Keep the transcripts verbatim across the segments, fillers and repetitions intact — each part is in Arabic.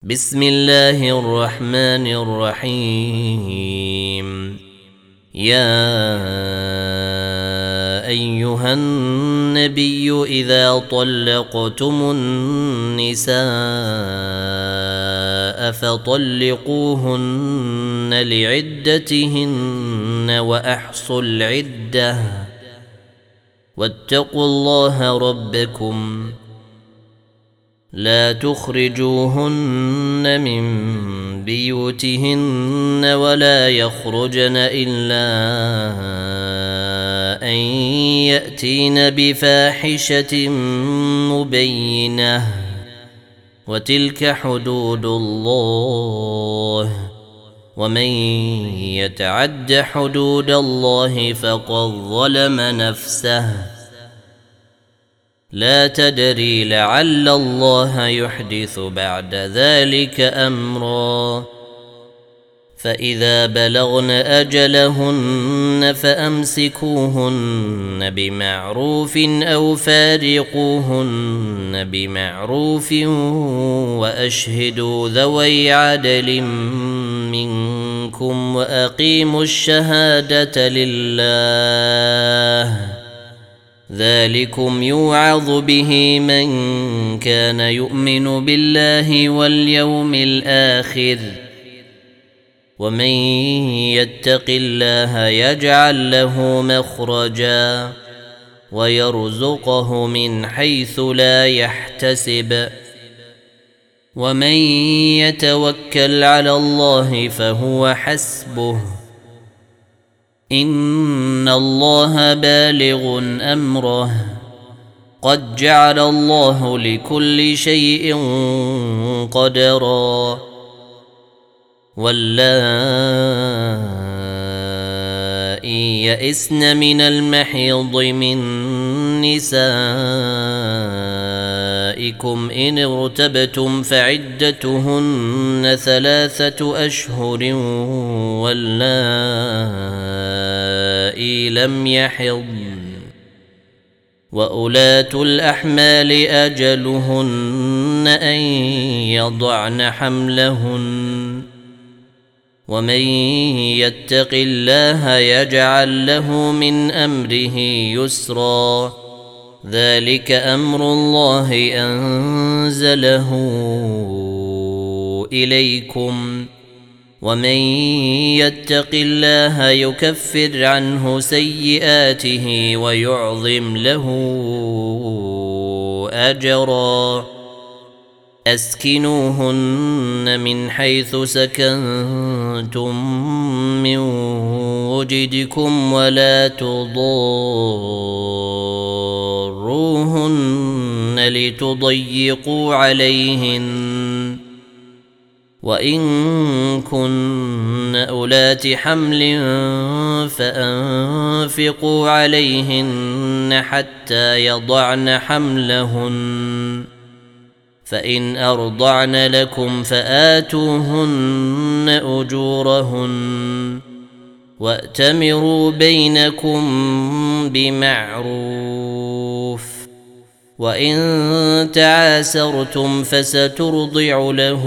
بسم الله الرحمن الرحيم. يا أيها النبي إذا طلقتم النساء فطلقوهن لعدتهن وأحصوا العدة واتقوا الله ربكم لا تخرجوهن من بيوتهن ولا يخرجن إلا أن يأتين بفاحشة مبينة وتلك حدود الله ومن يتعد حدود الله فقد ظلم نفسه لا تدري لعل الله يحدث بعد ذلك أمرا. فإذا بلغن أجلهن فأمسكوهن بمعروف أو فارقوهن بمعروف وأشهدوا ذوي عدل منكم وأقيموا الشهادة لله ذلكم يوعظ به من كان يؤمن بالله واليوم الآخر ومن يتق الله يجعل له مخرجا ويرزقه من حيث لا يحتسب ومن يتوكل على الله فهو حسبه إن الله بالغ أمره قد جعل الله لكل شيء قدرا. واللائي يئسن من المحيض من نسائكم إن ارتبتم فعدتهن ثلاثة أشهر واللائي لم يحضن وأولاة الأحمال أجلهن أن يضعن حملهن ومن يتق الله يجعل له من أمره يسرا ذلك أمر الله أنزله إليكم ومن يتق الله يكفر عنه سيئاته ويعظم له أجرا. أسكنوهن من حيث سكنتم من وجدكم ولا تضاروهن لتضيقوا عليهن وإن كن أولات حمل فأنفقوا عليهن حتى يضعن حملهن فإن أرضعن لكم فآتوهن أجورهن وأتمروا بينكم بمعروف وإن تعاسرتم فسترضع له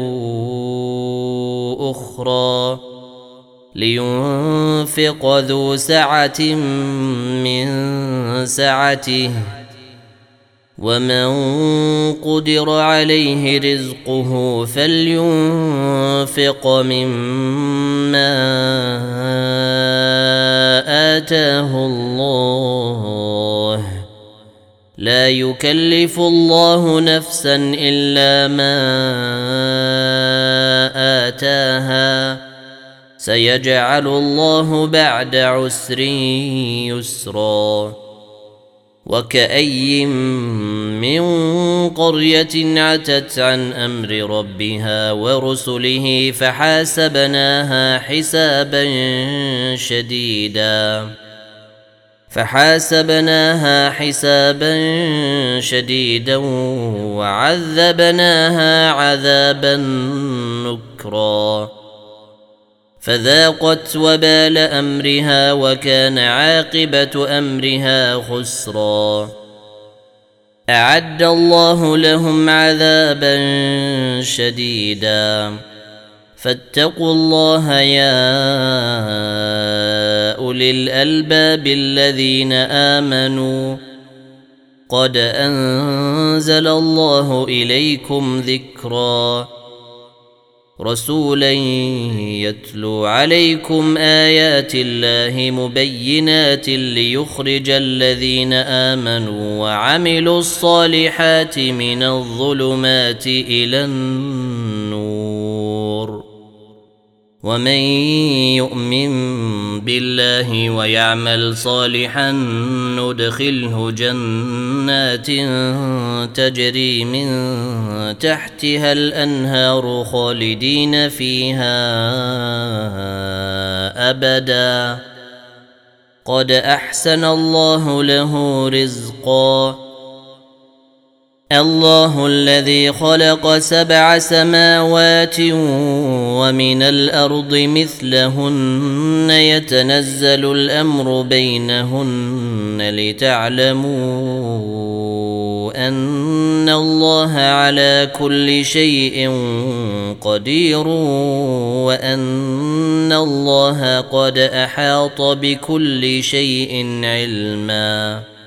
أخرى لينفق ذو سعة من سعته ومن قدر عليه رزقه فلينفق مما آتاه الله لا يكلف الله نفسا إلا ما آتاها سيجعل الله بعد عسر يسرا. وكأي من قرية عتت عن أمر ربها ورسله فحاسبناها حسابا شديدا فحاسبناها حسابا شديدا وعذبناها عذابا نكرا فذاقت وبال أمرها وكان عاقبة أمرها خسرا. أعد الله لهم عذابا شديدا فاتقوا الله يا أولي الألباب الذين آمنوا قد أنزل الله إليكم ذكرا رسولا يتلو عليكم آيات الله مبينات ليخرج الذين آمنوا وعملوا الصالحات من الظلمات إلى النور ومن يؤمن بالله ويعمل صالحا ندخله جنات تجري من تحتها الأنهار خالدين فيها أبدا قد أحسن الله له رزقا الله الذي خلق سبع سماوات ومن الأرض مثلهن يتنزل الأمر بينهن لتعلموا أن الله على كل شيء قدير وأن الله قد أحاط بكل شيء علما